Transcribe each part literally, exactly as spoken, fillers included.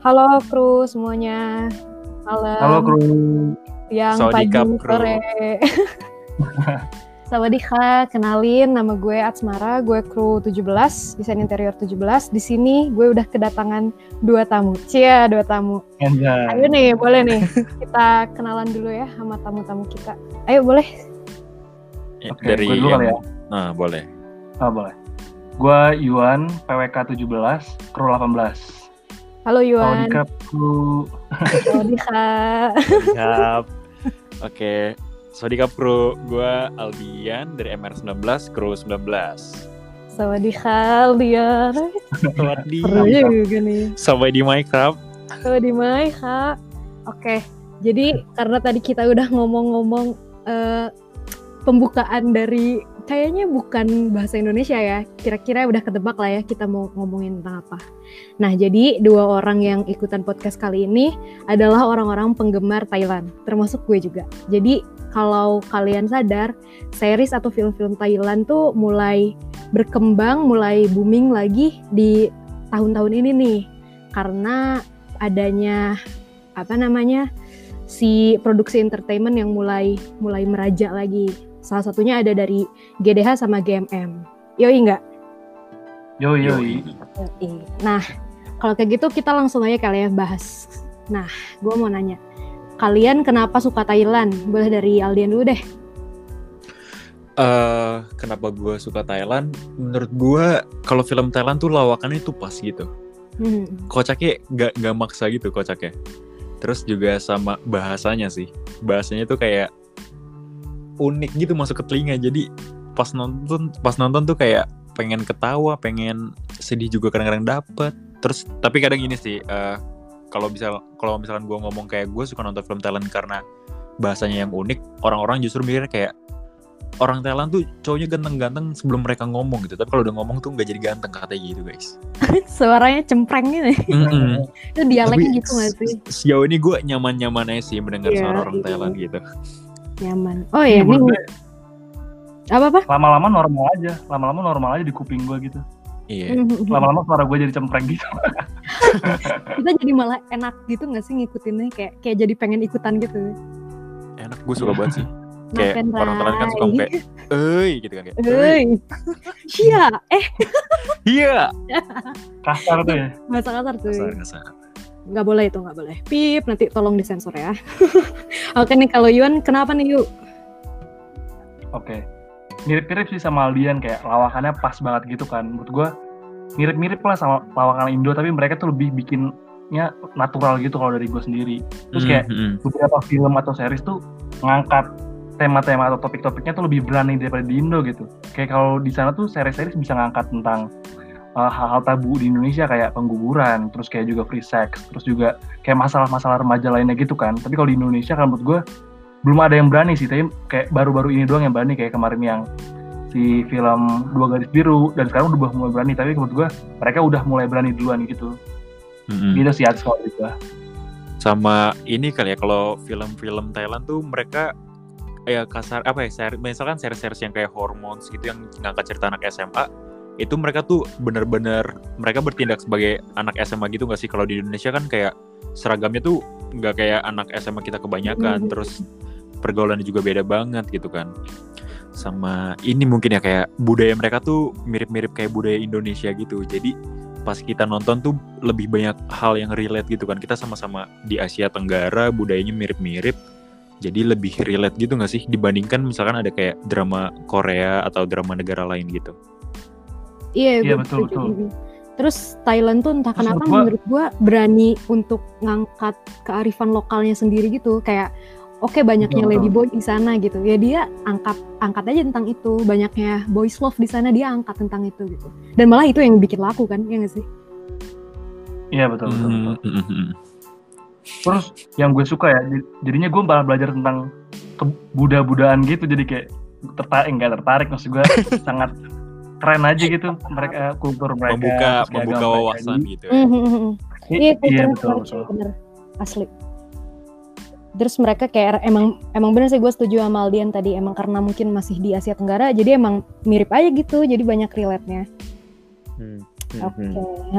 Halo kru semuanya. Malam. Halo kru. Siang, Sawadee pagi, kap, kru. sore. Sawadee kap, kenalin nama gue Atsmara, gue kru tujuh belas, desain interior tujuh belas. Di sini gue udah kedatangan dua tamu. Cia, dua tamu. Enggak. Ayo nih, boleh nih. Kita kenalan dulu ya sama tamu-tamu kita. Ayo boleh. Ya, Oke, dari gue dulu yang... kali ya. Nah, boleh. Oh, boleh. Gue Yuan, P W K tujuh belas, kru delapan belas. Halo Yuan. Sawadee kap, kru. Sawadee kap. Siap. Oke. Sawadee kap, kru. Gue Aldian dari M R sembilan belas, kru sembilan belas. Sawadee kap, Aldian. Sawadee. Seru juga nih. Sampai di Minecraft. Sawadee Mai, Kak. Oke, jadi karena tadi kita udah ngomong-ngomong uh, pembukaan dari kayaknya bukan bahasa Indonesia ya. Kira-kira udah ketebak lah ya kita mau ngomongin tentang apa. Nah, jadi dua orang yang ikutan podcast kali ini adalah orang-orang penggemar Thailand, termasuk gue juga. Jadi kalau kalian sadar, series atau film-film Thailand tuh mulai berkembang, mulai booming lagi di tahun-tahun ini nih. Karena adanya apa namanya si produksi entertainment yang mulai mulai merajak lagi. Salah satunya ada dari G D H sama G M M. Yoi nggak? Yoi, yoi. Yoi. Nah, kalau kayak gitu kita langsung aja kali ya bahas. Nah, gue mau nanya, kalian kenapa suka Thailand? Boleh dari Aldian dulu deh. Uh, kenapa gue suka Thailand? Menurut gue, kalau film Thailand tuh lawakannya tuh pas gitu. Hmm. Kocaknya gak, gak maksa gitu kocaknya. Terus juga sama bahasanya sih. Bahasanya tuh kayak unik gitu masuk ke telinga. Jadi pas nonton pas nonton tuh kayak pengen ketawa, pengen sedih juga kadang-kadang dapet. Terus tapi kadang gini sih, uh, kalau misal kalau misalkan gue ngomong kayak gue suka nonton film Thailand karena bahasanya yang unik, orang-orang justru mikirnya kayak orang Thailand tuh cowoknya ganteng-ganteng sebelum mereka ngomong gitu. Tapi kalau udah ngomong tuh nggak jadi ganteng katanya gitu guys. Suaranya cempreng gitu. Mm-mm. Itu dialeknya Tapi gitu nggak sih? Sejauh ini gue nyaman-nyaman aja sih mendengar Iya, suara orang iya. Thailand gitu. Nyaman. Oh ya, Menurut ini gue, apa-apa? lama-lama normal aja. Lama-lama normal aja di kuping gue gitu. Iya. Lama-lama suara gue jadi cempreng gitu. Kita jadi malah enak gitu nggak sih ngikutinnya, kayak kayak jadi pengen ikutan gitu. Enak, gue suka banget sih. Kayak Makan orang Thailand kan suka kayak "Euy" gitu kan kayak. Hei, sia, eh, Iya. Kasar tuh ya. bahasa kasar tuh. Kasar, kasar. Nggak boleh itu, nggak boleh. Pip, nanti tolong disensor ya. Oke nih, kalau Yuan, kenapa nih Yu? Oke. Mirip-mirip sih sama Aldian, kayak lawakannya pas banget gitu kan. Menurut gue mirip-mirip lah sama lawakan Indo, tapi mereka tuh lebih bikinnya natural gitu kalau dari gue sendiri. Terus kayak Mm-hmm. beberapa film atau series tuh ngangkat tema-tema atau topik-topiknya tuh lebih berani daripada di Indo gitu. Kayak kalau di sana tuh series-series bisa ngangkat tentang uh, hal-hal tabu di Indonesia kayak pengguguran, terus kayak juga free sex, terus juga kayak masalah-masalah remaja lainnya gitu kan. Tapi kalau di Indonesia kan menurut gue belum ada yang berani sih, tapi kayak baru-baru ini doang yang berani, kayak kemarin yang si film Dua Garis Biru, dan sekarang udah mulai berani, tapi menurut gue mereka udah mulai berani duluan gitu. Mm-hmm. Gitu sih atas kalau gitu. Sama ini kali ya, kalau film-film Thailand tuh mereka ya kasar apa ya, seri, misalkan seri-seri yang kayak Hormones gitu yang ngangkat cerita anak S M A, itu mereka tuh bener-bener mereka bertindak sebagai anak S M A gitu nggak sih? Kalau di Indonesia kan kayak seragamnya tuh nggak kayak anak S M A kita kebanyakan, terus pergaulannya juga beda banget gitu kan. Sama ini mungkin ya kayak budaya mereka tuh mirip-mirip kayak budaya Indonesia gitu. Jadi pas kita nonton tuh lebih banyak hal yang relate gitu kan. Kita sama-sama di Asia Tenggara, budayanya mirip-mirip. Jadi lebih relate gitu gak sih dibandingkan misalkan ada kayak drama Korea atau drama negara lain gitu. Iya, Iya, gue betul, setuju. betul. Terus Thailand tuh entah Terus kenapa menurut gua- menurut gue berani untuk ngangkat kearifan lokalnya sendiri gitu. Kayak oke banyaknya Betul, betul. ladyboy di sana gitu. Ya dia angkat angkat aja tentang itu. Banyaknya boys love di sana, dia angkat tentang itu gitu. Dan malah itu yang bikin laku kan, ya nggak sih? Iya betul betul. betul. Mm-hmm. Terus yang gue suka ya, jadinya gue malah belajar tentang kebuda-budaan gitu, jadi kayak tertarik, enggak tertarik maksud gue sangat keren aja gitu mereka, kultur mereka, Membuka terus kayak membuka agama mereka. wawasan gitu ya. Mm-hmm. I- Iya, iya kulturnya betul menarik betul. sih, bener. Asli. Terus mereka kayak emang emang bener sih, gue setuju sama Aldian tadi, emang karena mungkin masih di Asia Tenggara, jadi emang mirip aja gitu, jadi banyak relate-nya. Hmm. Oke. Mm-hmm.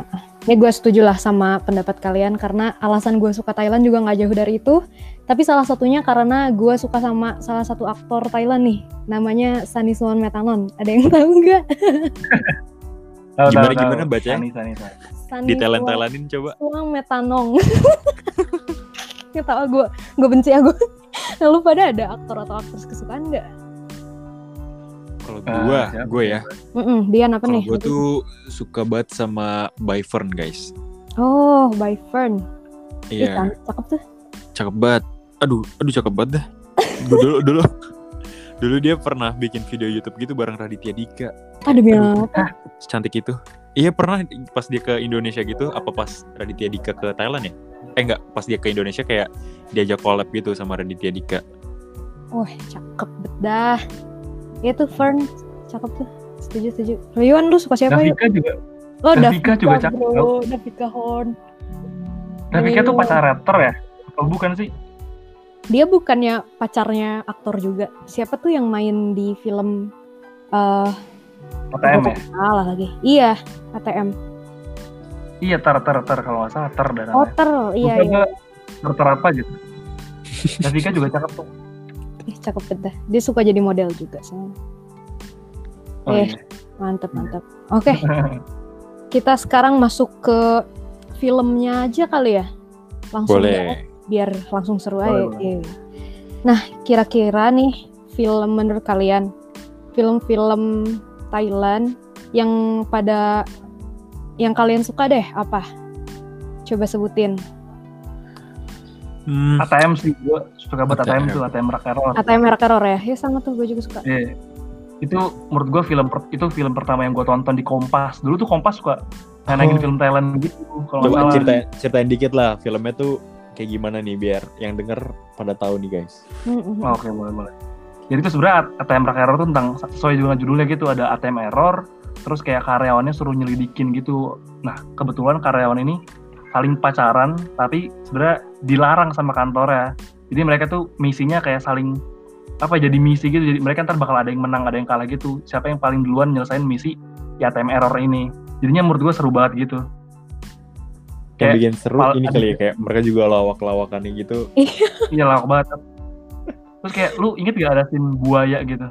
Ini gue setuju lah sama pendapat kalian karena alasan gue suka Thailand juga nggak jauh dari itu. Tapi salah satunya karena gue suka sama salah satu aktor Thailand nih, namanya Sunny Suan Metanon. Ada yang tahu nggak? Tahu, Gimana tahu, gimana tahu. bacanya? Sani, Sani, Sani. Sunny Di Thailand-Thailandin coba. Suan Metanong. Nggak tahu gue, gue benci ya gue. Nah, lu pada ada aktor atau aktris kesukaan nggak? Kalau Ah, gua, siapa? gue ya. Mm-mm, Dian apa Kalau nih? gue tuh suka banget sama Byfern guys. Oh, by Fern. Ih, Iya, kan, cakep tuh. cakep banget. Aduh, aduh cakep banget dah. Gua dulu, dulu, dulu dia pernah bikin video YouTube gitu bareng Raditya Dika. Ah, demi Aduh, apa? secantik itu. Iya pernah pas dia ke Indonesia gitu. Apa pas Raditya Dika ke Thailand ya? Eh enggak, pas dia ke Indonesia kayak diajak collab gitu sama Raditya Dika. Wah, cakep bet dah. Itu Fern, cakep tuh. Setuju, setuju. Rayuan lu suka siapa yuk? Davika juga. Oh, Davika juga cakep, bro. Davika Horn. Davika tuh Iya. pacar rapper ya? Oh bukan sih? Dia bukannya pacarnya aktor juga. Siapa tuh yang main di film eh A T M ya? salah lagi. Iya, A T M. Iya, tar, tar, tar. Kalau nggak salah, tar dan Oh, ter, iya, Lupa iya. gua tar, tar apa gitu. Davika juga cakep tuh. Ih, cakep bet dah. Dia suka jadi model juga soalnya. Oh, Eh. iya. Mantep, mantep. Oke, kita sekarang masuk ke filmnya aja kali ya. Langsung ya, Boleh. biar langsung seru Boleh, aja. boleh. Iya. Nah, kira-kira nih film menurut kalian, film-film Thailand yang pada yang kalian suka deh apa? Coba sebutin. Hmm, A T M sih, gue suka banget A T M A T M. tuh, A T M Rock Error. A T M Merah Terror ya? Ya sama tuh, gue juga suka. Iya. Itu menurut gue film per- itu film pertama yang gue tonton di Kompas. Dulu tuh Kompas suka nayangin Oh. film Thailand gitu, kalau nggak coba salah. ceritain, ceritain dikit lah filmnya tuh kayak gimana nih biar yang denger pada tahu nih guys. Mm-mm. Oh, Oke, boleh, boleh. Jadi itu sebenarnya A T M Rock Error tuh tentang, sesuai dengan judulnya gitu, ada A T M error, terus kayak karyawannya suruh nyelidikin gitu. Nah, kebetulan karyawan ini saling pacaran, tapi sebenarnya dilarang sama kantornya. Jadi mereka tuh misinya kayak saling apa jadi misi gitu. Jadi mereka ntar bakal ada yang menang, ada yang kalah gitu. Siapa yang paling duluan nyelesain misi di A T M error ini. Jadinya menurut gue seru banget gitu. Yang Kayak bikin seru pal- ini kali ya kayak mereka juga lawak-lawakannya gitu. iya lawak banget. Terus kayak lu inget gak ada scene buaya gitu?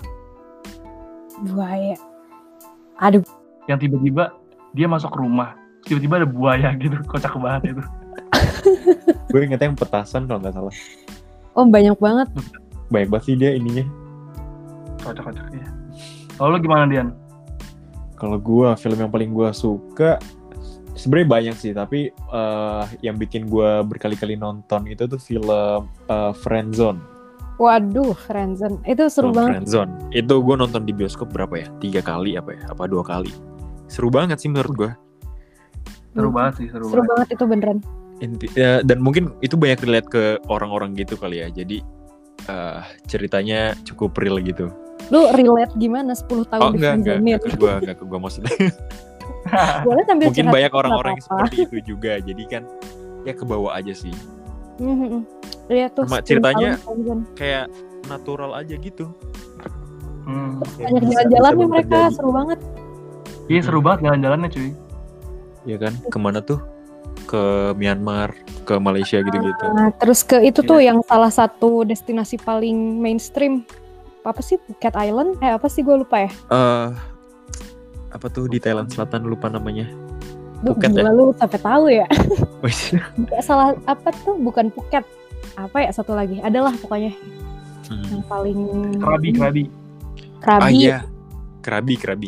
Buaya. Aduh, Yang tiba-tiba dia masuk rumah, tiba-tiba ada buaya gitu. Kocak banget itu. Gue ingetnya yang petasan kalau nggak salah. oh banyak banget. Banyak banget sih dia ininya. Kocak-kocak ya. Kalau lu gimana, Dian? Kalau gue film yang paling gue suka sebenarnya banyak sih, tapi eh, yang bikin gue berkali-kali nonton itu tuh film eh, Friendzone. Waduh, Friendzone. Itu seru Film banget. Friendzone. Itu gue nonton di bioskop berapa ya? Tiga kali apa ya? Apa dua kali? Seru banget sih menurut gue. Seru Hmm. banget sih, seru, Seru banget. banget itu beneran. Inti- ya, dan mungkin itu banyak relate ke orang-orang gitu kali ya. Jadi eh, ceritanya cukup real gitu. Lu relate gimana sepuluh tahun Oh di enggak, enggak, friendzone-in? enggak ke gue, enggak ke gue maksudnya. Boleh sambil Mungkin curhat banyak dikit, orang-orang yang nggak apa-apa. seperti itu juga. Jadi kan ya kebawa aja sih. Mhm. Iya tuh. Sama sepuluh ceritanya- tahun friendzone. Kayak natural aja gitu. Hmm. Banyak Bisa- jalan-jalannya bisa mereka, terjadi. seru banget. Iya seru banget jalan-jalannya cuy. Ya kan? Kemana tuh? Ke Myanmar, ke Malaysia gitu-gitu. Nah, terus ke itu Iya. tuh yang salah satu destinasi paling mainstream. Apa sih? Phuket Island? Eh apa sih, gue lupa ya. Eh apa tuh di Thailand Selatan lupa namanya. Duh, Phuket gila ya? lu sampai tahu ya. Wes. Nggak salah apa tuh, bukan Phuket. Apa ya satu lagi? Adalah pokoknya Hmm. yang paling Kerabi, kerabi. Krabi. Ah iya. Kerabi, kerabi.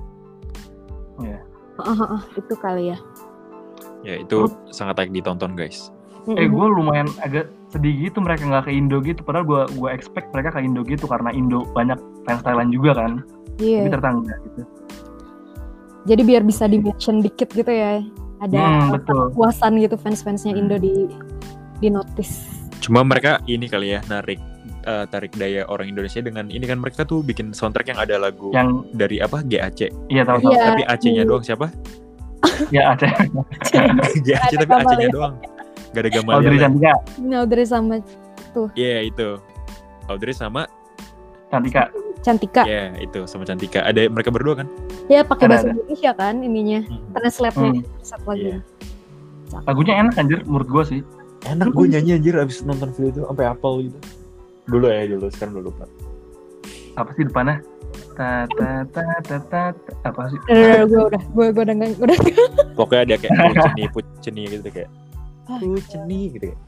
Ah, ah, ah, itu kali ya. Ya itu sangat layak ditonton guys. Eh Mm-mm. gue lumayan agak sedih gitu mereka nggak ke Indo gitu. Padahal gue gue expect mereka ke Indo gitu karena Indo banyak fans Thailand juga kan. Iya. Tapi ternyata enggak gitu. Jadi biar bisa di mention dikit gitu ya. Ada Hmm, rasa betul. kepuasan gitu fans-fansnya Indo di di notice. Cuma mereka ini kali ya narik eh, tarik daya orang Indonesia dengan ini kan mereka tuh bikin soundtrack yang ada lagu Yang dari apa G A C. iya tahu tahu. Iya. Tapi A C-nya Hmm. doang siapa? Ya Aceh. G A C Ada tapi A C-nya Gamal doang. Gak ada Audrey Gamaliel. Cantika. Audrey sama Iya itu. Audrey sama Cantika. Cantika. ya itu sama Cantika. Ada mereka berdua kan? Ya pakai Ada, bahasa ada. Indonesia kan ininya, Hmm. translate-nya Hmm. set lagi. Iya. Lagunya enak anjir menurut gue sih. Enak gue nyanyi anjir abis nonton film itu sampai hafal gitu. Dulu ya dulu, sekarang udah lupa. Apa sih depannya? Ta ta ta ta ta, ta. Apa sih? Udah, gue udah, gue gue udah nggak- udah Pokoknya ada kayak puceni puceni gitu deh, kayak Ah. puceni gitu kayak.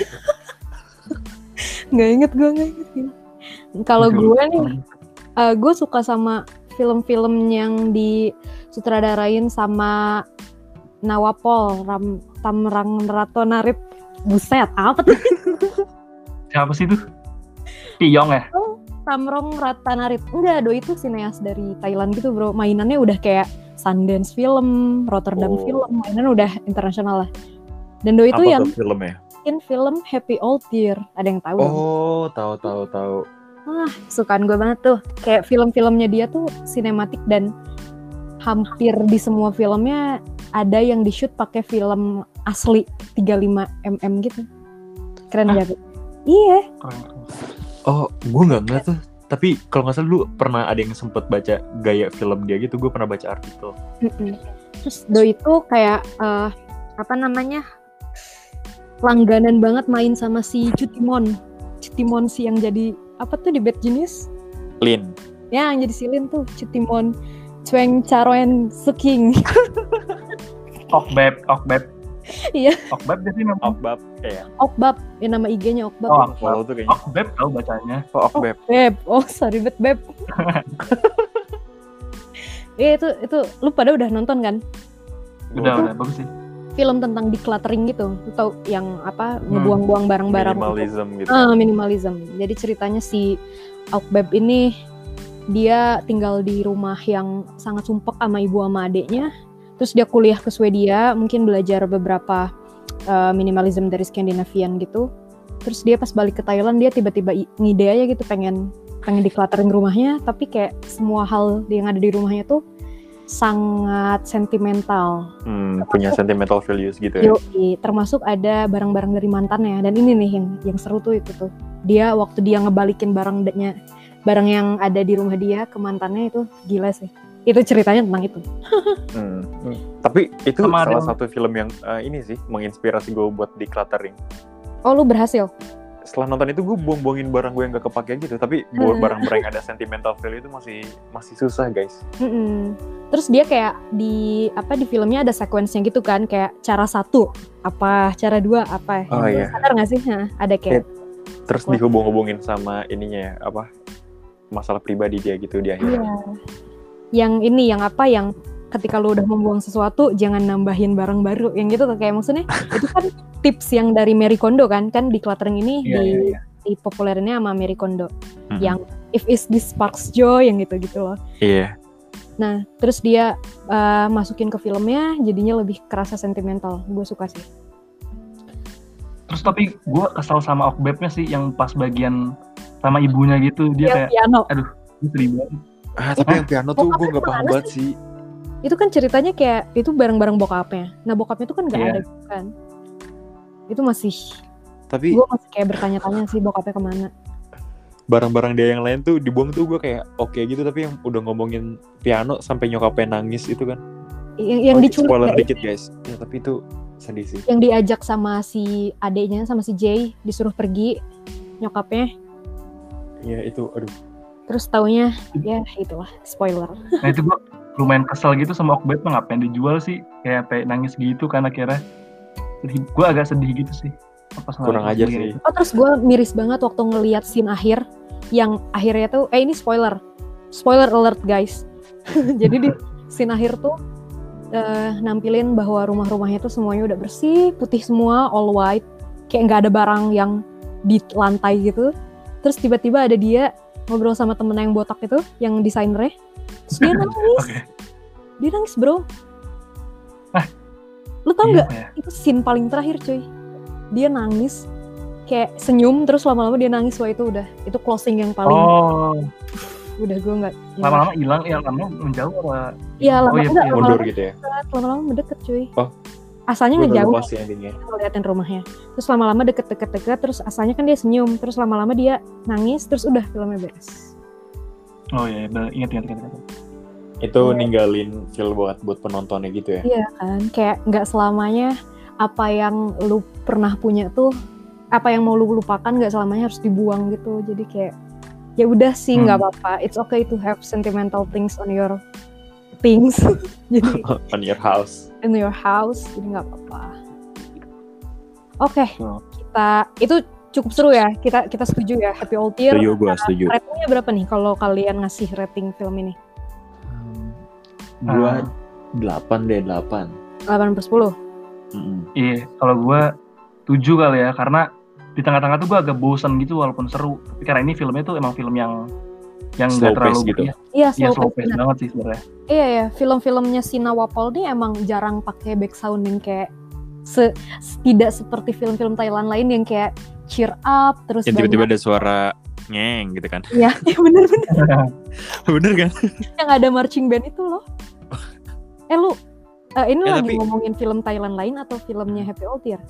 nggak inget gue nggak inget. Kalau Masih gue lupa. nih, uh, gue suka sama film-film yang disutradarain sama Nawapol Ram Tamrang Ratonarit. Buset, apa tuh? Siapa sih itu? Piyong ya? Tamrong Ratanarit. Enggak, do itu sineas dari Thailand gitu, bro. Mainannya udah kayak Sundance Film, Rotterdam Oh. Film, mainan udah internasional lah. Dan do itu Apa yang tuh filmnya? bikin film Happy Old Year. Ada yang tahu? Oh, tahu tahu tahu. Sukaan gue banget tuh. Kayak film-filmnya dia tuh sinematik dan hampir di semua filmnya ada yang di-shoot pakai film asli tiga puluh lima milimeter gitu. Keren banget. Iya. Keren, keren. Oh, gue nggak ngeliat tuh. Tapi kalau nggak salah lu pernah ada yang sempet baca gaya film dia gitu. Gue pernah baca artikel. Mm-mm. Terus do itu kayak eh, apa namanya, langganan banget main sama si Cutimon. Cutimon si yang jadi apa tuh di Bad Genius? Lin. Ya, yang jadi silin tuh Cutimon. Cueng Caroen Suking. Okbeb, Okbeb. Iya. Okbeb jadi nama. Okbab. Iya. Okbab, ya nama I G-nya Okbab. Oh, Follow tuh kayaknya. Okbeb tau bacanya. Oh, Okbab. Beb, oh sorry bet beb. Iya itu itu lu pada udah nonton kan? Udah, Oh, udah bagus sih. Film tentang decluttering gitu, lu tau yang apa Hmm. ngebuang-buang barang-barang. minimalism gitu. Ah, minimalism. Jadi ceritanya si Okbab ini dia tinggal di rumah yang sangat sumpek sama ibu sama adeknya. Terus dia kuliah ke Swedia, mungkin belajar beberapa uh, minimalism dari Scandinavian gitu. Terus dia pas balik ke Thailand dia tiba-tiba i- ngide aja gitu pengen pengen decluttering rumahnya, tapi kayak semua hal yang ada di rumahnya tuh sangat sentimental. Hmm, punya sentimental values gitu ya. Yoi, termasuk ada barang-barang dari mantannya. Dan ini nih yang yang seru tuh itu tuh. Dia waktu dia ngebalikin barangnya barang yang ada di rumah dia ke mantannya itu gila sih. Itu ceritanya tentang itu. Hmm. Tapi itu Sama salah ada- satu film yang eh, ini sih menginspirasi gue buat decluttering. Oh, lu berhasil? Setelah nonton itu gue buang-buangin barang gue yang gak kepake gitu. Tapi buat Hmm. barang-barang yang ada sentimental value itu masih masih susah guys. Mm-mm. Terus dia kayak di apa di filmnya ada sequence-nya gitu kan, kayak cara satu apa, cara dua apa. Oh, Lu iya. sadar nggak sih? Hah, ada kayak Terus Wah. dihubung-hubungin sama ininya ya, apa masalah pribadi dia gitu di akhir. iya. Yang ini yang apa yang ketika lu udah membuang sesuatu jangan nambahin barang baru yang gitu tuh, kayak maksudnya itu kan tips yang dari Marie Kondo kan kan decluttering ini Iya, di iya, iya. dipopulerinnya sama Marie Kondo Mhm. yang if is this sparks joy yang gitu-gitu loh. Iya. Nah terus dia uh, masukin ke filmnya jadinya lebih kerasa sentimental. Gue suka sih. Terus tapi gue kesel sama Okbebnya sih yang pas bagian sama ibunya gitu. Dia Yang kayak, piano gue sedih banget. Ah, tapi yang piano tuh gue gak paham banget sih. itu kan ceritanya kayak itu barang-barang bokapnya. Nah bokapnya itu kan nggak Iya. ada kan. Itu masih Tapi gue masih kayak bertanya-tanya sih bokapnya kemana. barang-barang dia yang lain tuh dibuang tuh gue kayak oke gitu. Tapi yang udah ngomongin piano sampai nyokapnya nangis itu kan. Yang, yang Oh, diculik spoiler nggak ya? dikit guys. Ya tapi itu sedih sih. Yang diajak sama si adeknya sama si Jay disuruh pergi nyokapnya. Iya itu aduh. Terus taunya ya itulah spoiler. Nah itu gue lumayan kesel gitu sama Okbeb mah ngapain dijual sih. Kayak sampai nangis gitu kan akhirnya. Gue agak sedih gitu sih. Pas Kurang ngeliat ajar kayak sih. gitu. Oh terus gue miris banget waktu ngelihat scene akhir yang akhirnya tuh eh ini spoiler spoiler alert guys. Jadi di scene akhir tuh eh, nampilin bahwa rumah-rumahnya tuh semuanya udah bersih putih semua all white kayak nggak ada barang yang di lantai gitu. Terus tiba-tiba ada dia ngobrol sama temennya yang botak itu yang desainernya. Terus dia nangis. Oke. Dia nangis bro. Ah, lu tau Iya, nggak ya. itu scene paling terakhir cuy, dia nangis kayak senyum terus lama-lama dia nangis. Wah itu udah itu closing yang paling Oh, udah gue nggak lama-lama hilang ya, lama menjauh apa? iya lama Oh, iya, enggak iya. lama-lama Mundur gitu ya. mendekat, lama-lama mendekat cuy. Oh. Asalnya Gue udah ngejauh lupa sih endingnya. ngeliatin rumahnya, terus lama-lama deket-deket-deket, terus asalnya kan dia senyum, terus lama-lama dia nangis, terus udah filmnya beres. Oh iya, iya, ingat ingat ingat. ingat. Itu Iya. ninggalin feel buat buat penontonnya gitu ya. Iya kan, kayak nggak selamanya apa yang lu pernah punya tuh, apa yang mau lu lupakan nggak selamanya harus dibuang gitu. Jadi kayak ya udah sih nggak Hmm. apa-apa. It's okay to have sentimental things on your things. Jadi On your house. in your house, jadi nggak apa-apa. Oke, So, kita itu cukup seru ya. Kita kita setuju ya. Happy Old Year. Setuju gue, setuju. Ratingnya berapa nih kalau kalian ngasih rating film ini? Gua delapan deh, delapan. delapan per sepuluh. Mm-mm. iya, kalau gue tujuh kali ya, karena di tengah-tengah tuh gue agak bosan gitu walaupun seru. Tapi karena ini filmnya tuh emang film yang yang Slow nggak terlalu pace gitu. iya, Iya, iya, slow slow pace. pace Benar. banget sih sebenarnya. Iya ya, film-filmnya Sina Wapol nih emang jarang pakai back sound yang kayak se tidak seperti film-film Thailand lain yang kayak cheer up terus Yang tiba-tiba banyak- ada suara ngeng gitu kan. Iya, iya bener-bener Bener kan? yang ada marching band itu loh. Eh lu, eh, ini Ya, lagi tapi- ngomongin film Thailand lain atau filmnya Happy Old Year?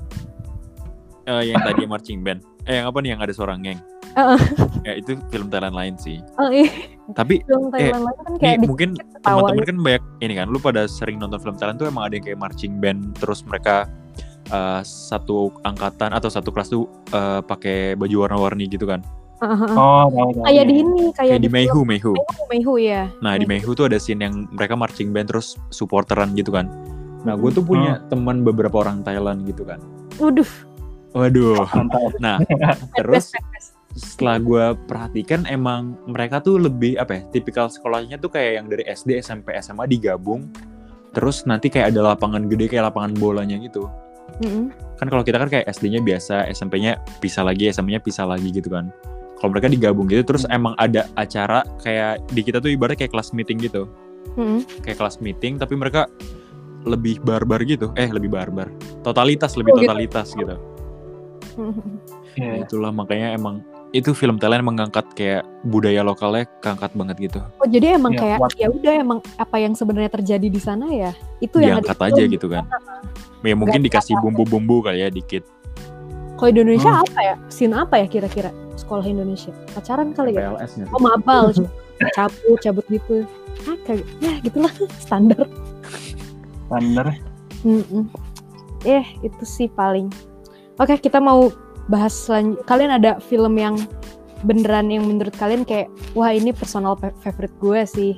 Eh, yang tadi marching band. Eh yang apa nih yang ada suara ngeng? Heeh. Ya itu film Thailand lain sih. Oh iya, Tapi film Thailand lain kan kayak nih dikit mungkin ketawa teman-teman gitu. kan banyak ini kan, lu pada sering nonton film Thailand tuh emang ada yang kayak marching band, terus mereka uh, satu angkatan atau satu kelas tuh uh, pakai baju warna-warni gitu kan. Heeh. Oh, tahu tahu. Kayak di iya. ini, kayak Kayak di di Meihu, Meihu. film Meihu ya. Nah di Meihu tuh ada scene yang mereka marching band terus supporteran gitu kan. Nah gue tuh punya teman beberapa orang Thailand gitu kan. Waduh, Waduh. Mantap. Nah terus setelah gue perhatikan emang mereka tuh lebih apa ya, tipikal sekolahnya tuh kayak yang dari S D, S M P, S M A digabung, terus nanti kayak ada lapangan gede kayak lapangan bolanya gitu. Mm-mm. Kan kalau kita kan kayak S D-nya biasa, S M P-nya pisah lagi, S M A-nya pisah lagi gitu kan. Kalau mereka digabung gitu, terus emang ada acara kayak di kita tuh ibaratnya kayak kelas meeting gitu, Mm-mm. kayak kelas meeting tapi mereka lebih barbar gitu, eh lebih barbar, totalitas lebih Oh, gitu. totalitas gitu. Mm-mm. Iya. Itulah makanya emang itu film Thailand mengangkat kayak budaya lokalnya keangkat banget gitu. Oh jadi emang Iya, kayak kuat. ya udah emang apa yang sebenarnya terjadi di sana ya itu yang ada Diangkat di aja film. gitu kan. Ya mungkin Nggak dikasih bumbu-bumbu kali ya dikit. Kalau di Indonesia Hmm. apa ya? Scene apa ya kira-kira? Sekolah Indonesia. Pacaran kali ya? P L S-nya. Oh mabal. cabut, cabut gitu. Ah, kayak, ya gitulah standar. Standar. Mm-mm. Eh, itu sih paling. Oke, kita mau bahas selanjutnya. Kalian ada film yang beneran yang menurut kalian kayak, wah ini personal fa- favorite gue sih.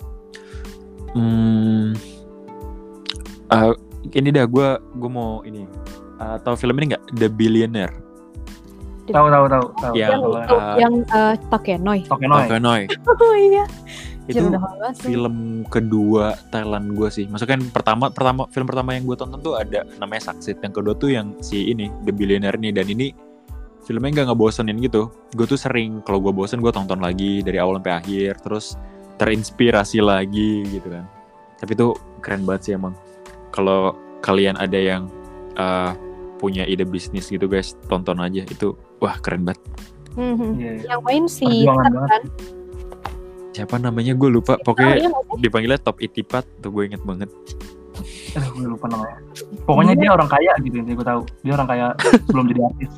Hmm, uh, ini dah gue gue mau ini uh, tahu film ini nggak, The Billionaire? Tahu tahu tahu tahu. Yang- yang Tahu. itu, uh, yang uh, Tokenoy. Tokenoy. Tokenoy. Oh iya. Itu Gila, udah lama banget sih. film kedua Thailand gue sih. Maksudnya kan pertama pertama film pertama yang gue tonton tuh ada namanya Saksit. Yang kedua tuh yang si ini The Billionaire nih, dan ini filmnya nggak ngebosenin gitu. Gue tuh sering kalau gue bosen gue tonton lagi dari awal sampai akhir, terus terinspirasi lagi gitu kan. Tapi tuh keren banget sih emang. Kalau kalian ada yang uh, punya ide bisnis gitu guys, tonton aja itu. Wah keren banget. Mhm. Iya, iya. Yang main si Perjuangan Tat banget. kan? Siapa namanya gue lupa. Oh, Pokoknya iya, nggak sih? dipanggilnya Top Itipat tuh, gue inget banget. Aduh, gue lupa namanya. Pokoknya Iya. dia orang kaya gitu yang gue tahu. Dia orang kaya belum jadi artis.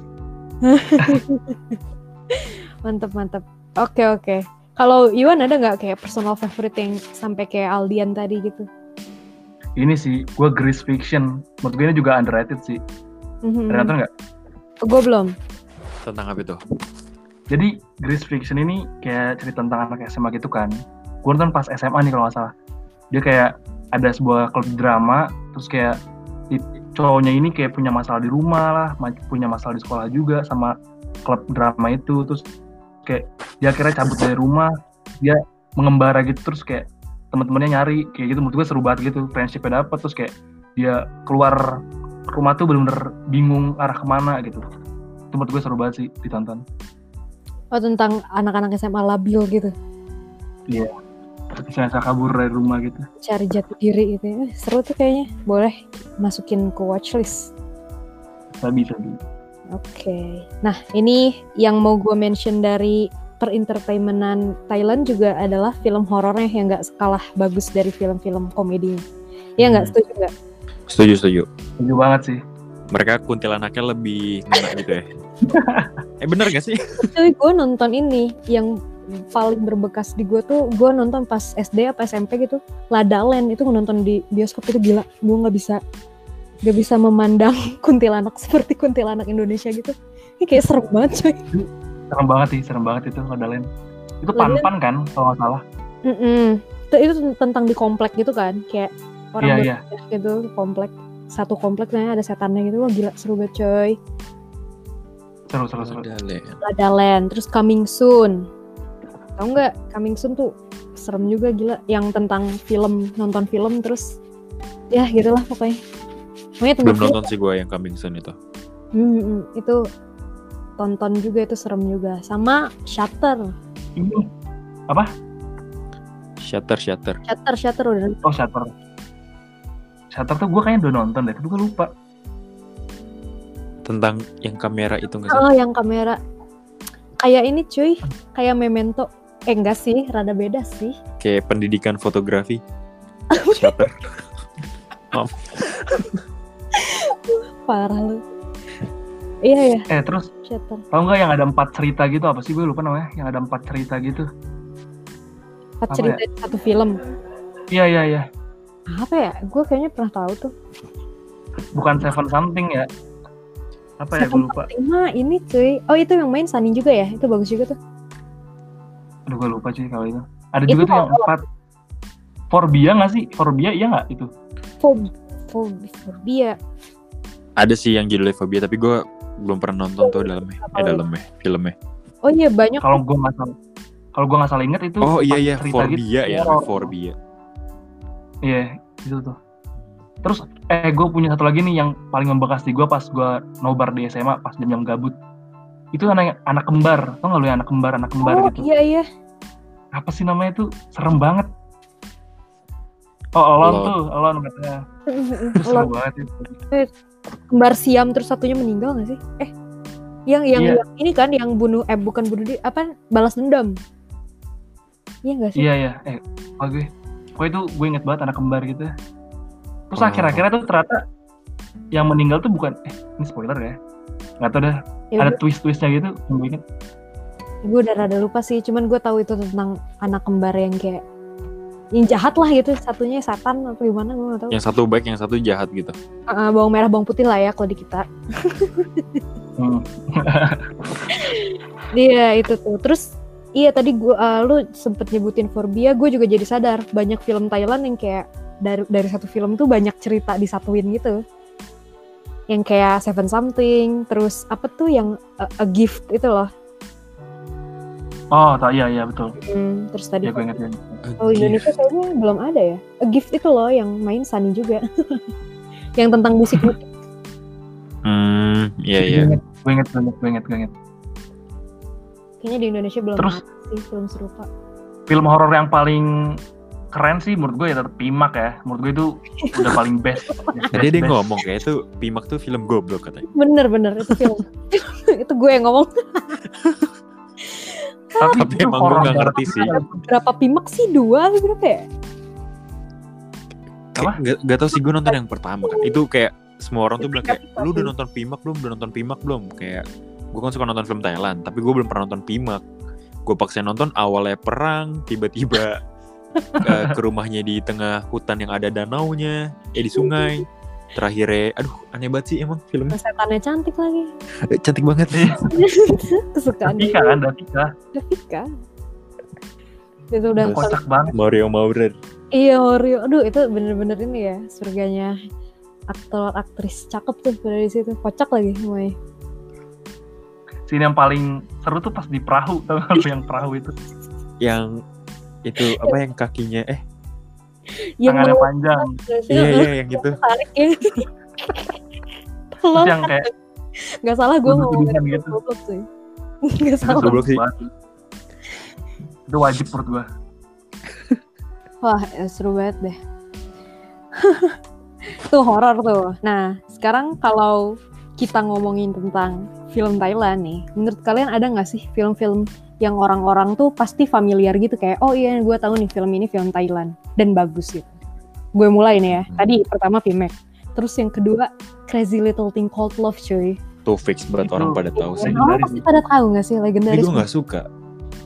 Mantep mantep. Oke oke. Kalau Iwan ada nggak kayak personal favorite yang sampai kayak Aldian tadi gitu? Ini sih, gue Grease Fiction. Menurut gue ini juga underrated sih. Mhm. Ada nonton nggak? Gue belum. Tentang apa itu? Jadi Grease Fiction ini kayak cerita tentang anak S M A gitu kan. Gue nonton pas S M A nih kalau nggak salah. Dia kayak ada sebuah klub drama, terus kayak i- cowoknya ini kayak punya masalah di rumah lah, ma- punya masalah di sekolah juga sama klub drama itu. Terus kayak dia akhirnya cabut dari rumah, dia mengembara gitu, terus kayak teman-temannya nyari kayak gitu. Menurut gue seru banget gitu, friendship-nya dapet, terus kayak dia keluar rumah tuh bener-bener bingung arah kemana gitu. Itu menurut gue seru banget sih ditonton. Oh tentang anak-anak S M A labil gitu, Bisa kabur dari rumah gitu. cari jati diri gitu. Eh, seru tuh kayaknya. Boleh masukin ke watchlist. Sabi sabi. Oke. Nah ini yang mau gue mention dari per-entertainmentan Thailand juga adalah film horornya yang nggak kalah bagus dari film-film komedinya. Iya nggak, Hmm. setuju nggak? Setuju, setuju. Setuju banget sih. Mereka kuntilanaknya lebih ngena gitu ya. Eh bener gak sih? Tapi gue nonton ini yang paling berbekas di gue tuh gue nonton pas S D apa S M P gitu, La La Land itu nonton di bioskop itu gila, gue nggak bisa nggak bisa memandang kuntilanak seperti kuntilanak Indonesia gitu, ini kayak serem banget coy. Serem banget sih, serem banget itu La La Land. Itu La La Pan-Pan kan kalau nggak salah. Mm-mm. Itu, itu tentang di komplek gitu kan, kayak orang Iya, berbeda gitu, komplek satu komplek kayaknya ada setannya gitu, wah gila seru banget coy. Seru seru seru. La La Land. La La Land, terus Coming Soon. Tahu nggak? Coming Soon tuh serem juga gila, yang tentang film, nonton film terus ya gitulah pokoknya. Pokoknya Belum tentang nonton sih gue yang Coming Soon itu. Hmm, hmm, itu tonton juga, itu serem juga. Sama Shutter. Ini apa? Shutter, Shutter. Shutter, Shutter udah. Oh Shutter. Shutter tuh gue kayaknya udah nonton deh, tapi gue lupa. Tentang yang kamera itu nggak sih? Oh, yang kamera. Kayak ini cuy, kayak Memento. Eh enggak sih, rada beda sih. Kayak pendidikan fotografi. Shutter. Parah lu. Iya ya, Eh terus Shutter. tahu nggak yang ada empat cerita gitu, apa sih gue lupa namanya? Yang ada empat cerita gitu. Empat Apa cerita di satu film. Iya iya iya. Apa ya? Gue kayaknya pernah tahu tuh. Bukan Seven Something ya? Apa ya gue lupa. Lima ini cuy. Oh itu yang main Sunny juga ya? Itu bagus juga tuh. Aduh gue lupa sih kalau itu. Ada Itu juga tuh yang apa? empat. Forbia nggak sih? Forbia iya nggak itu? Fob, fob, fobia. Ada sih yang judulnya Fobia, tapi gue belum pernah nonton tuh dalamnya. Eh dalamnya, filmnya. Oh iya banyak. Kalau gue nggak salah, kalau gue nggak salah ingat itu. Oh iya empat iya, cerita Forbia gitu. ya, Oh, Forbia. Iya itu tuh. Terus eh gue punya satu lagi nih yang paling membekas di gue pas gue nobar di S M A pas jam-jam gabut. Itu anak anak kembar, tau nggak lu yang anak kembar anak kembar Oh gitu? iya iya. Apa sih namanya itu? Serem banget. Oh Alon Alone. tuh, Alon katanya. Itu seru banget itu. Kembar siam terus satunya meninggal nggak sih? Eh, yang yang, Iya. yang ini kan yang bunuh eh bukan bunuh diri, apa balas dendam? Iya nggak sih? Iya iya. Eh, oh gue, gue itu gue inget banget anak kembar gitu. Terus Oh. akhir-akhirnya tuh ternyata yang meninggal tuh bukan, eh ini spoiler ya? Nggak tahu dah. Ya, Ada gue, twist-twistnya gitu. Yang gue inget. gue udah rada lupa sih. Cuman gue tahu itu tentang anak kembar yang kayak yang jahat lah gitu. Satunya setan atau gimana gue nggak tahu. Yang satu baik, yang satu jahat gitu. Uh, bawang merah bawang putih lah ya kalau di kita. Hmm. Iya itu tuh. Terus iya tadi gua uh, lu sempet nyebutin Forbia, gue juga jadi sadar banyak film Thailand yang kayak dari dari satu film tuh banyak cerita disatuin gitu. Yang kayak Seven Something, terus apa tuh yang uh, A Gift itu loh. Oh, tak, iya iya betul. Hmm, terus tadi Ya gue inget ya. kalau Indonesia kayaknya belum ada ya. A Gift itu loh yang main Sunny juga. Yang tentang musik. Hmm, iya iya. Gue inget, gue inget, gue inget, gue inget. Kayaknya di Indonesia belum Terus ada sih film serupa. film horor yang paling keren sih menurut gue ya tetap Pimak ya. Menurut gue itu udah paling best. best, Tadi best, dia best. ngomong kayak itu Pimak tuh film goblok katanya. Bener bener itu film. Itu gue yang ngomong. Tapi, Tapi itu emang gue horor nggak banget. ngerti sih. Berapa Pimak sih? Dua atau berapa ya? Apa? Kayak Gak, gak tau sih, gue nonton yang pertama kan. Itu kayak semua orang tuh bilang kayak, Tapi- lu udah nonton Pimak belum? Udah nonton Pimak belum? Kayak gue kan suka nonton film Thailand, tapi gue belum pernah nonton Pimak. Gue paksa nonton, awalnya perang, tiba-tiba uh, ke rumahnya di tengah hutan yang ada danaunya, eh di sungai. Terakhirnya, aduh aneh banget sih emang filmnya. Setannya cantik lagi. Eh, Cantik banget. Kesukaan Datika kan, Datika. Davika. Itu udah Terus- Kocak banget. Mario Maurer. iya Oreo. Aduh itu bener-bener ini ya surganya aktor aktris cakep tuh pada di situ. Kocak lagi semuanya. Scene yang paling seru tuh pas di perahu, tau gak lu yang perahu itu? Yang itu apa yang kakinya eh Tangannya mau- panjang. iya iya yang itu. tarik ya. Terus Tolong. yang kayak Gak salah gue ngomongin duduk-dudukan itu gitu. goblok sih. Gak itu salah. seru Goblok sih. banget. Itu wajib menurut gue. Wah ya, seru banget deh. Tuh horor tuh. Nah sekarang kalau kita ngomongin tentang film Thailand nih, menurut kalian ada nggak sih film-film yang orang-orang tuh pasti familiar gitu kayak oh iya gue tahu nih film ini film Thailand dan bagus gitu. Gue mulai nih ya. Tadi pertama Pimek, terus yang kedua Crazy Little Thing Called Love cuy. Tuh fix banget Itu- orang pada tahu sih. Legendaris Orang pasti pada tahu nggak sih Tapi legendaris? gue nggak suka.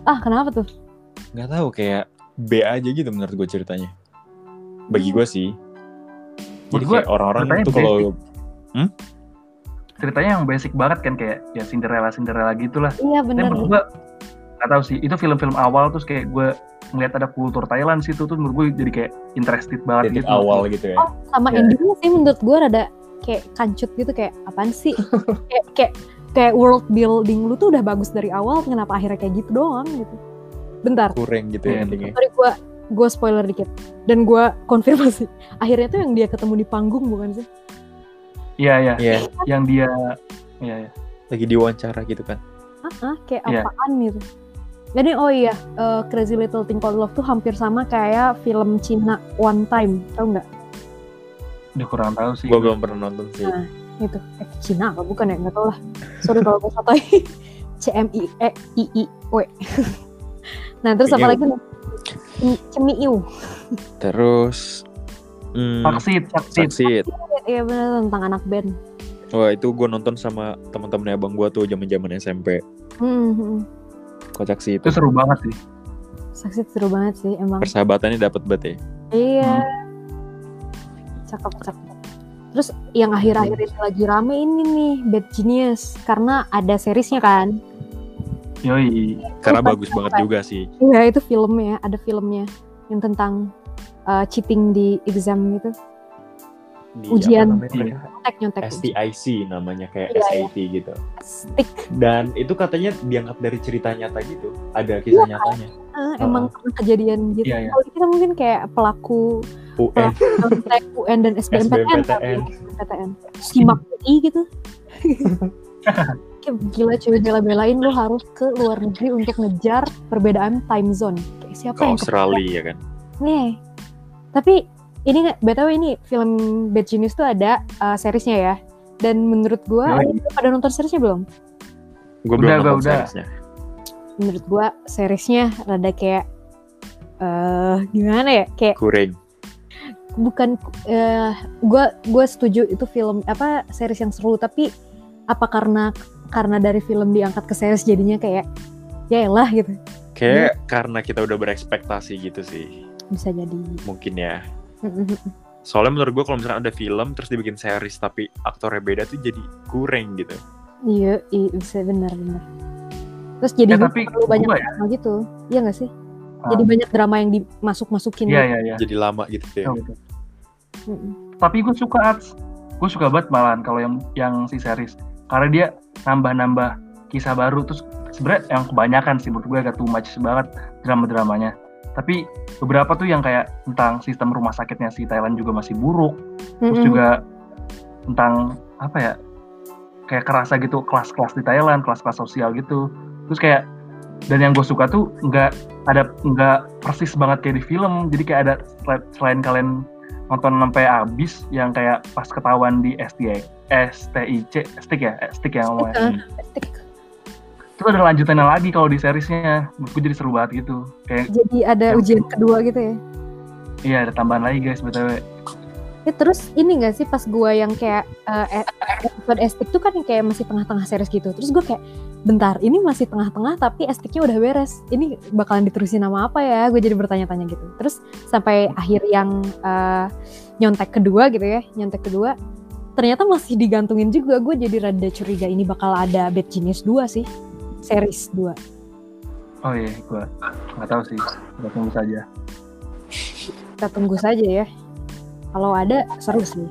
Ah, kenapa tuh? Nggak tahu, kayak B aja gitu menurut gue ceritanya. Bagi gue sih. Jadi Menurut gue kayak orang-orang ceritanya tuh kalau ceritanya yang basic banget kan, kayak ya Cinderella Cinderella gitulah. Iya Tapi bener. menurut gue nggak tahu sih, itu film-film awal terus kayak gue ngeliat ada kultur Thailand situ tuh menurut gue jadi kayak interested banget titik gitu. awal gitu ya. Oh, sama Iya. endingnya sih menurut gue rada kayak kancut gitu, kayak apaan sih? kayak kayak kayak world building lu tuh udah bagus dari awal, kenapa akhirnya kayak gitu doang gitu. Bentar, Kurang gitu Iya, ya endingnya. sorry gue gue spoiler dikit dan gue konfirmasi. Akhirnya tuh yang dia ketemu di panggung bukan sih? Iya iya. Iya, Yang dia iya iya. lagi diwawancara gitu kan. Ah, kayak Iya. apaan gitu. Jadi oh iya, eh, Crazy Little Thing Called Love tuh hampir sama kayak film Cina One Time, tau nggak? Udah kurang tahu sih. Gue belum pernah nonton sih. Nah, itu eh Cina apa bukan ya, nggak tahu lah. Sorry kalau gue sotoy. C M I E I I W. Nah terus apa Cemiu. lagi nih? Cem- Cemiu. Terus hmm, Saksit, saksit. Saksit. Iya benar, tentang anak band. Wah, itu gue nonton sama teman-temannya abang gue tuh zaman-zaman S M P. Hmm, hmm. Kocak sih Itu itu. seru banget sih. Saksit seru banget sih emang. Persahabatannya dapat banget ya. Iya. Cakep cakep. Terus yang akhir-akhir ini lagi rame ini nih Bad Genius karena ada seriesnya kan. Yoi. Karena Lupa bagus siapa. banget juga sih. Iya itu filmnya, ada filmnya yang tentang uh, cheating di exam gitu. Di Ujian. apa namanya mereka? Nyontek nyontek. S T I C namanya, kayak Iya, S A T gitu. Stick. Dan itu katanya diangkat dari cerita nyata gitu. Ada kisah nyatanya. Ah, emang pernah kejadian gitu. Iya, iya. Kalau kita mungkin kayak pelaku U N, nyontek U N dan S B M P T N. S B M P T N. S B M P T N. Simak U I gitu. Kayak gila cuy, bela-belain lu harus ke luar negeri untuk ngejar perbedaan time zone. Kayak siapa Ke yang Australia ya kan. nih? Tapi ini nggak, B T W ini film Bad Genius tuh ada uh, seriesnya ya. Dan menurut gua, Yoi. ada pada nonton seriesnya belum? Gue Udah, belum gua nonton udah. seriesnya. Menurut gua seriesnya rada kayak eh gimana ya? Kayak Kurang. bukan eh gua gua setuju itu film apa series yang seru, tapi apa karena karena dari film diangkat ke series jadinya kayak ya elah gitu. Kayak karena kita udah berekspektasi gitu sih. Bisa jadi. Mungkin ya. Soalnya menurut gue kalau misalkan ada film terus dibikin series tapi aktornya beda tuh jadi kurang gitu. Iya, iya bisa benar-benar. Terus jadi Eh, tapi terlalu banyak gua ya. drama gitu. Iya nggak sih? Ah. Jadi banyak drama yang dimasuk-masukin. Iya gitu. iya iya. Jadi lama gitu ya. Oh, gitu. Mm-mm. Tapi gue suka Ats. Gue suka banget malahan kalau yang yang si series. Karena dia nambah-nambah kisah baru, terus sebenarnya yang kebanyakan sih menurut gue agak too much banget drama-dramanya. Tapi beberapa tuh yang kayak tentang sistem rumah sakitnya si Thailand juga masih buruk. Terus Mm-mm. juga tentang apa ya, kayak kerasa gitu kelas-kelas di Thailand, kelas-kelas sosial gitu. Terus kayak, dan yang gue suka tuh nggak ada nggak persis banget kayak di film. Jadi kayak ada sel- selain kalian nonton sampai habis yang kayak pas ketahuan di S T I S T I C stick ya eh, stick ya ngomongnya. Stick. Itu ada lanjutannya lagi kalau di seriesnya. Menurut gue jadi seru banget gitu. Kayak Jadi ada Yang- ujian kedua gitu ya. iya ada tambahan lagi guys B T W. Ya, terus ini gak sih pas gue yang kayak uh, episode Estik tuh kan yang kayak masih tengah-tengah series gitu. Terus gue kayak, bentar ini masih tengah-tengah tapi Estiknya udah beres. Ini bakalan diterusin nama apa ya? Gue jadi bertanya-tanya gitu. Terus sampai akhir yang uh, nyontek kedua gitu ya, nyontek kedua. Ternyata masih digantungin juga. Gue jadi rada curiga ini bakal ada Bad Genius dua sih. Series dua. Oh iya, gue nggak tahu sih. Kita tunggu saja. Kita tunggu saja ya. Kalau ada seru sih.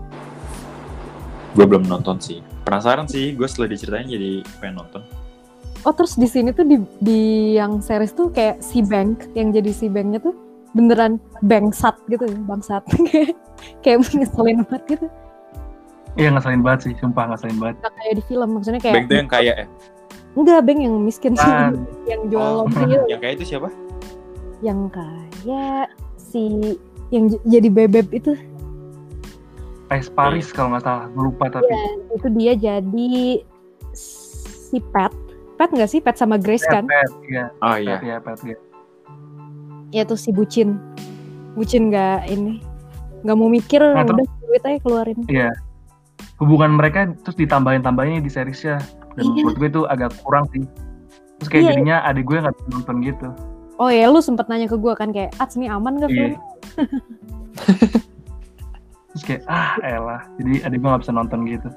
Gue belum nonton sih. Penasaran sih, gue setelah diceritain jadi pengen nonton. Oh terus di sini tuh di, di yang series tuh kayak si Bank, yang jadi si Banknya tuh beneran bangsat gitu ya, bangsat. Kayak ngeselin banget gitu. Iya ngeselin banget sih, sumpah ngeselin banget. Gak kayak di film, maksudnya kayak Bank tuh yang kaya ya? enggak, Bank yang miskin sih. Ah. Yang jual Oh, laundry gitu. yang kaya itu siapa? Yang kaya si yang j- jadi bebek itu. Ice Paris kalau nggak salah, gue lupa tapi. Iya, itu dia jadi si Pat. Pat nggak sih? Pat sama Grace kan? Pet, iya, Oh Pet, iya. iya, Pet, iya. Ya tuh si bucin. Bucin nggak ini, nggak mau mikir, Nah, terus- udah duit aja keluarin. Iya. Hubungan mereka terus ditambahin-tambahinnya di seriesnya. Dan Iya. menurut gue itu agak kurang sih. Terus kayak Iya. jadinya adik gue nggak bisa nonton gitu. Oh ya, lu sempet nanya ke gue kan kayak, Ats nih aman gak film? Iya. Terus kayak ah elah, jadi adik gue nggak bisa nonton gitu.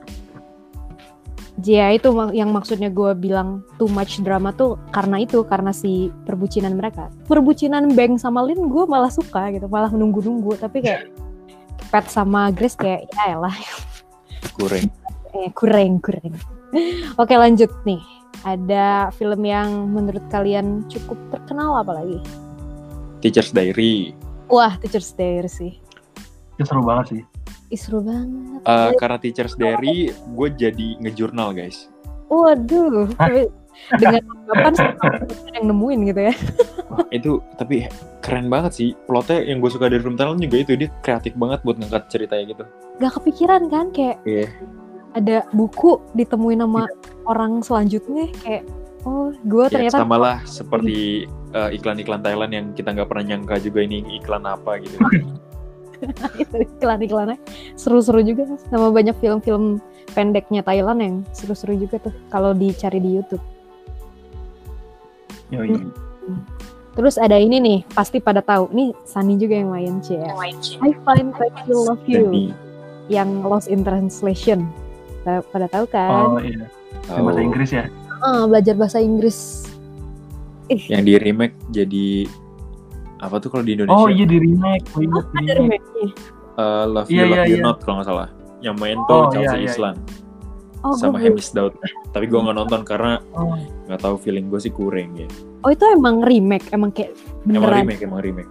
Ya itu mak- yang maksudnya gue bilang too much drama tuh karena itu, karena si perbucinan mereka. Perbucinan Bang sama Lin gue malah suka gitu, malah menunggu-nunggu. Tapi kayak Pat sama Grace kayak ya elah, Kurang. eh, kurang kurang. Oke lanjut nih, ada film yang menurut kalian cukup terkenal apa lagi? Teacher's Diary. Wah, Teacher's Diary sih. Itu seru banget sih. Ih, seru banget. Uh, karena Teacher's Diary, gue jadi ngejurnal guys. Waduh, tapi dengan kapan sih yang nemuin gitu ya? Wah, itu tapi keren banget sih. Plotnya yang gue suka dari film Thailand juga itu, dia kreatif banget buat ngangkat ceritanya gitu. Gak kepikiran kan kayak Iya. ada buku ditemuin sama orang selanjutnya kayak oh gue Ya, ternyata sama lah seperti uh, iklan-iklan Thailand yang kita nggak pernah nyangka juga ini iklan apa gitu. itu iklan-iklannya seru-seru juga sama banyak film-film pendeknya Thailand yang seru-seru juga tuh kalau dicari di YouTube. Yoi. Terus ada ini nih pasti pada tahu nih Sunny juga yang main C. I Find That You Love You Jadi, yang Lost in Translation. Pada, pada tahu kan? Oh iya. oh, Bahasa Inggris ya. Ah, belajar bahasa Inggris. Ih, yang di remake jadi apa tuh kalau di Indonesia? Oh iya di remake. Oh, iya, oh, di ada remake. remake-nya. Uh, Love Iya, You, Love iya, You iya. Not kalau nggak salah. Yang main tuh Oh, Chelsea iya, iya. Islan Oh, sama gue belum- Hamish Daud. Tapi gue nggak nonton karena Oh. nggak tahu, feeling gue sih kurang ya. Oh itu emang remake, emang kayak Emang beneran. remake, emang remake.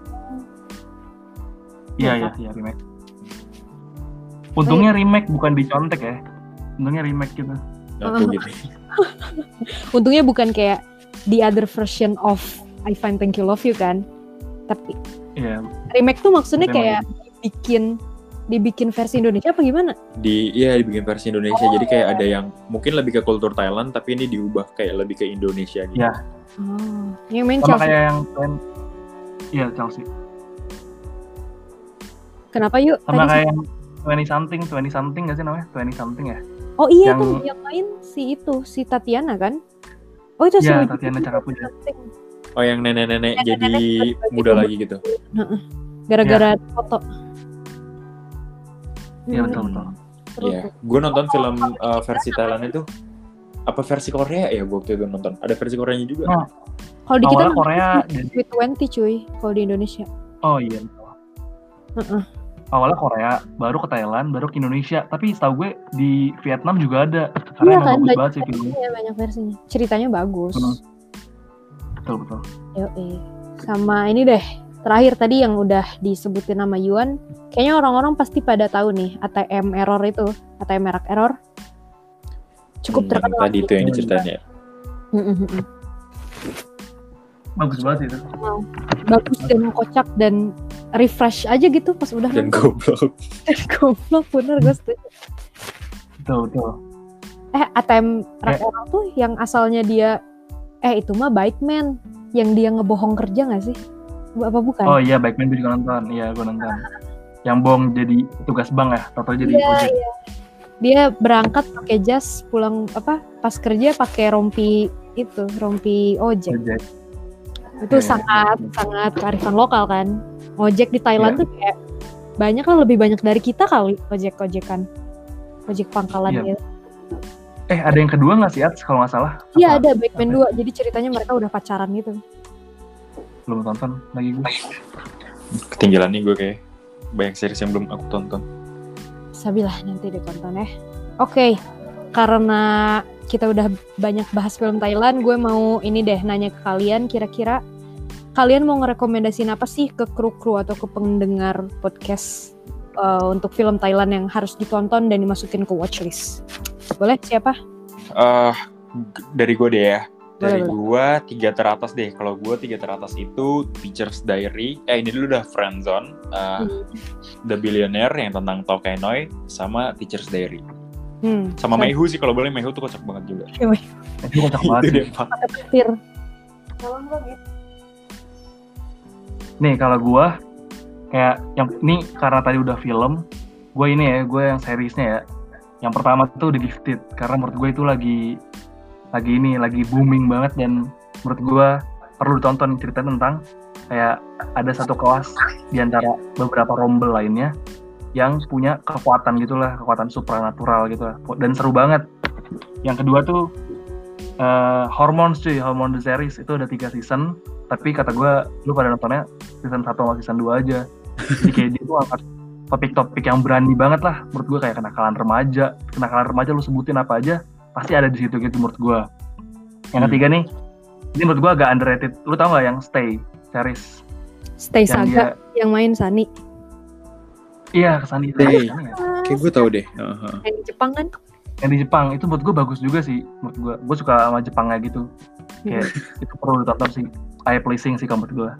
Iya iya iya remake. Untungnya remake bukan dicontek ya. Untungnya remake gitu. Aku gitu. Untungnya bukan kayak the other version of I Find Thank You Love You kan. Tapi Iya. remake tuh maksudnya Emang kayak dibikin dibikin versi Indonesia apa gimana? Di iya dibikin versi Indonesia, jadi kayak ada yang mungkin lebih ke kultur Thailand tapi ini diubah kayak lebih ke Indonesia gitu. Iya. Oh, yang main Sama Chelsea. kayak yang lain. Iya Chelsea. Kenapa yuk? Sama Tadi- kayak yang twenty something, twenty something nggak sih namanya? twenty something ya? Oh iya yang- tuh yang main si itu si Tatiana kan? Oh itu Iya, seru Tatiana juga. Cakapuja. Oh yang nenek-nenek Nenek-nenek jadi bagi-bagi muda tumbuk. lagi gitu. Gara-gara Iya. foto. Iya Hmm, betul betul. seru Iya, tuh. gue nonton film uh, versi Thailand itu apa versi Korea ya, gue waktu itu nonton. Ada versi Koreanya juga. Oh. Kalau di kita Awalnya Korea dan Sweet Twenty cuy, kalau di Indonesia. oh iya betul. Heeh. Awalnya Korea, baru ke Thailand, baru ke Indonesia. Tapi setahu gue di Vietnam juga ada. Iya Karena emang kan, bagus banyak banget sih filmnya. versinya, banyak versinya. Ceritanya bagus. Hmm. Betul betul. Yoi. Sama ini deh, terakhir tadi yang udah disebutin nama Yuan, kayaknya orang-orang pasti pada tahu nih A T M error itu, A T M merak error. Cukup Hmm, terkenal. tadi itu yang diceritain ya. Mm, mm, mm. Bagus banget itu. Bagus dan kocak dan refresh aja gitu pas udah Dan nonton. goblok. Goblok bener gue setuju. Betul betul. Eh A T M merak error tuh yang asalnya dia, eh itu mah baik man, yang dia ngebohong kerja nggak sih? Apa bukan? Oh iya, Backman gue juga nonton. Iya, gue nonton. Yang bohong jadi petugas bank ya, atau jadi Iya, ojek. iya. Dia berangkat pakai jas, pulang apa pas kerja pakai rompi itu, rompi ojek. Ojek. Itu Iya, sangat iya. sangat kearifan lokal kan. Ojek di Thailand Iya. tuh kayak banyak lah, lebih banyak dari kita kali ojek-ojekan. Ojek pangkalan Iya. gitu. Eh, ada yang kedua nggak sih, Ats, kalau nggak salah? Iya Apa? ada Backman dua. Jadi ceritanya mereka udah pacaran gitu. Belum tonton lagi gue. Ketinggalan nih gue kayak banyak series yang belum aku tonton. Sabilah nanti ditonton ya. Oke, karena kita udah banyak bahas film Thailand, gue mau ini deh nanya ke kalian, kira-kira kalian mau ngerekomendasiin apa sih ke kru-kru atau ke pendengar podcast uh, untuk film Thailand yang harus ditonton dan dimasukin ke watchlist? Boleh, siapa? Eh dari gue deh ya. Dari Boleh, gue tiga teratas deh. Kalau gue tiga teratas itu Teacher's Diary. Eh ini dulu udah Friendzone, uh, Hmm. The Billionaire yang tentang Tao Kai Noi, sama Teacher's Diary. Hmm. Sama Mayhu sih, kalau boleh Mayhu tuh kocak banget juga. Itu kocak banget. Itu sih. deh Pak. Petir. Nih kalau gue kayak yang ini karena tadi udah film, gue ini ya, gue yang seriesnya ya. Yang pertama tuh The Gifted, karena menurut gue itu lagi lagi ini lagi booming banget dan menurut gue perlu ditonton. Cerita tentang kayak ada satu kelas di antara beberapa rombel lainnya yang punya kekuatan gitulah, kekuatan supranatural gitu lah. Dan seru banget. Yang kedua tuh uh, Hormones cuy, Hormone the series itu ada tiga season, tapi kata gue lu pada nontonnya season satu sama season dua aja. Jadi kayak dia tuh angkat topik-topik yang berani banget lah menurut gue, kayak kenakalan remaja. Kenakalan remaja lu sebutin apa aja pasti ada di situ gitu menurut gue. Yang ketiga nih, ini menurut gue agak underrated. Lu tau gak yang Stay series? Stay yang Saga dia, yang main Sunny. Iya, Sunny. Stay. Ya? Kayak gue tau deh. Uh-huh. Yang di Jepang kan? Yang di Jepang itu menurut gue bagus juga sih. Menurut gue, gue suka sama Jepangnya gitu. Kayak itu perlu ditonton sih. Eye pleasing sih kalau menurut gue.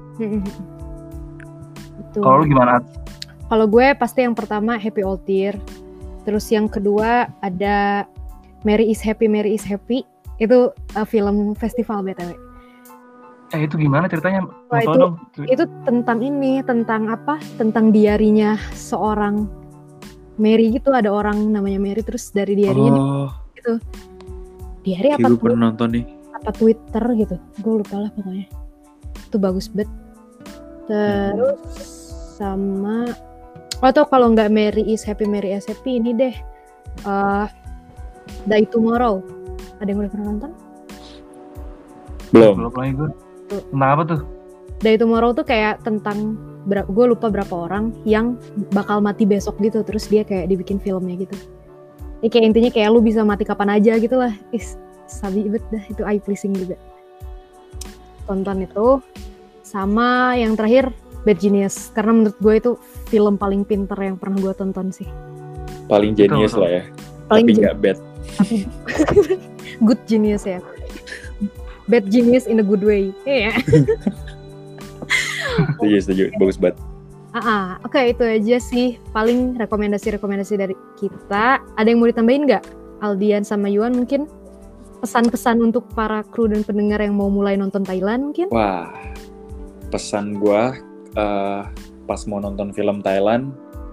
Kalau lu gimana? Kalau gue pasti yang pertama Happy Old Year. Terus yang kedua ada Mary is Happy, Mary is Happy. Itu uh, film festival B T W. Eh itu gimana ceritanya? Wah, itu, dong. itu tentang ini, tentang apa? Tentang diarinya seorang Mary gitu. Ada orang namanya Mary, terus dari diarinya oh, gitu. Diari apa tuh? Pernah nonton nih. Apa Twitter gitu? Gue lupa lah pokoknya. Itu bagus banget. Terus hmm. sama, oh tuh kalau nggak Mary is Happy, Mary is Happy ini deh. Uh, Die Tomorrow. Ada yang udah pernah nonton? Belum. Belum lagi gue. Tentang apa tuh? Die Tomorrow tuh kayak tentang, gue lupa berapa orang yang bakal mati besok gitu. Terus dia kayak dibikin filmnya gitu. Ini kayak intinya kayak lu bisa mati kapan aja gitu lah. Is, sabi banget dah, itu eye pleasing juga. Tonton itu. Sama yang terakhir Bad Genius. Karena menurut gue itu film paling pinter yang pernah gue tonton sih. Paling genius lah ya. Paling tapi gak bad. Good genius ya. Bad genius in a good way. Iya. Yeah. Setuju, setuju. Bagus banget. Ah, oke okay, itu aja sih paling rekomendasi-rekomendasi dari kita. Ada yang mau ditambahin nggak? Aldian sama Yuan mungkin pesan-pesan untuk para kru dan pendengar yang mau mulai nonton Thailand mungkin? Wah, pesan gue uh, pas mau nonton film Thailand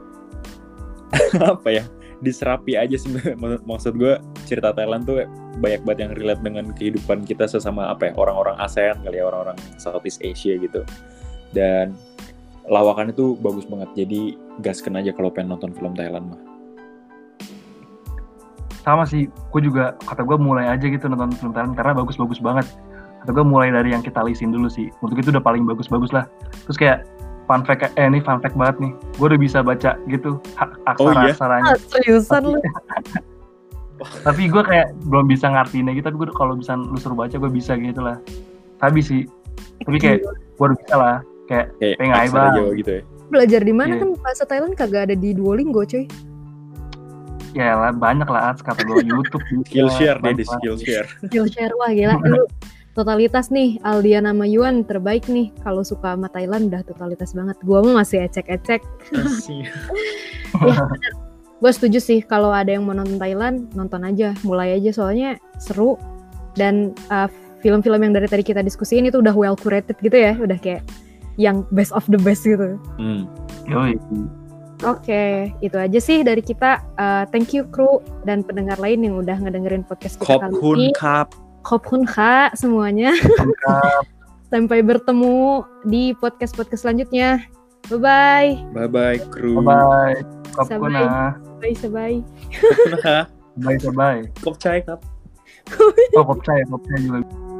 apa ya? Diserapi aja sih. Maksud gue cerita Thailand tuh banyak banget yang relate dengan kehidupan kita sesama apa ya, orang-orang ASEAN kali ya, orang-orang Southeast Asia gitu. Dan lawakan itu bagus banget, jadi gasken aja kalau pengen nonton film Thailand mah. Sama sih, gue juga kata gue mulai aja gitu nonton film Thailand karena bagus-bagus banget. Kata gue mulai dari yang kita lisin dulu sih, untuk itu udah paling bagus-bagus lah. Terus kayak fun fact, eh ini fun fact banget nih, gue udah bisa baca gitu aksara-aksaranya. Oh iya? Seriusan lu? Tapi gue kayak belum bisa ngartiinnya gitu, tapi gue kalau bisa lu suruh baca gue bisa gitu lah. Tapi sih, tapi kayak gue udah bisa lah, kayak pengen aja Jawa gitu ya. Belajar di mana? Yeah. Kan bahasa Thailand kagak ada di Duolingo coy. Ya lah banyak lah kata gue YouTube. Skillshare deh di Skillshare. Skillshare wah gila lu. Totalitas nih, Aldian sama Yuan terbaik nih. Kalau suka sama Thailand udah totalitas banget. Gua mah masih ecek-ecek. Ya, gue setuju sih kalau ada yang mau nonton Thailand, nonton aja, mulai aja soalnya seru. Dan uh, film-film yang dari tadi kita diskusiin itu udah well curated gitu ya, udah kayak yang best of the best gitu. Hmm. Yoi. Oke, okay, itu aja sih dari kita. Uh, thank you kru dan pendengar lain yang udah ngedengerin podcast kita kali ini. Kap. Khop-hun kak semuanya. Sampai bertemu di podcast-podcast selanjutnya. Bye-bye. Bye-bye kru. Bye-bye. Khop-kuna. Bye-bye. Bye-bye. Kop chai kap. Oh, kop chai, kop chai juga.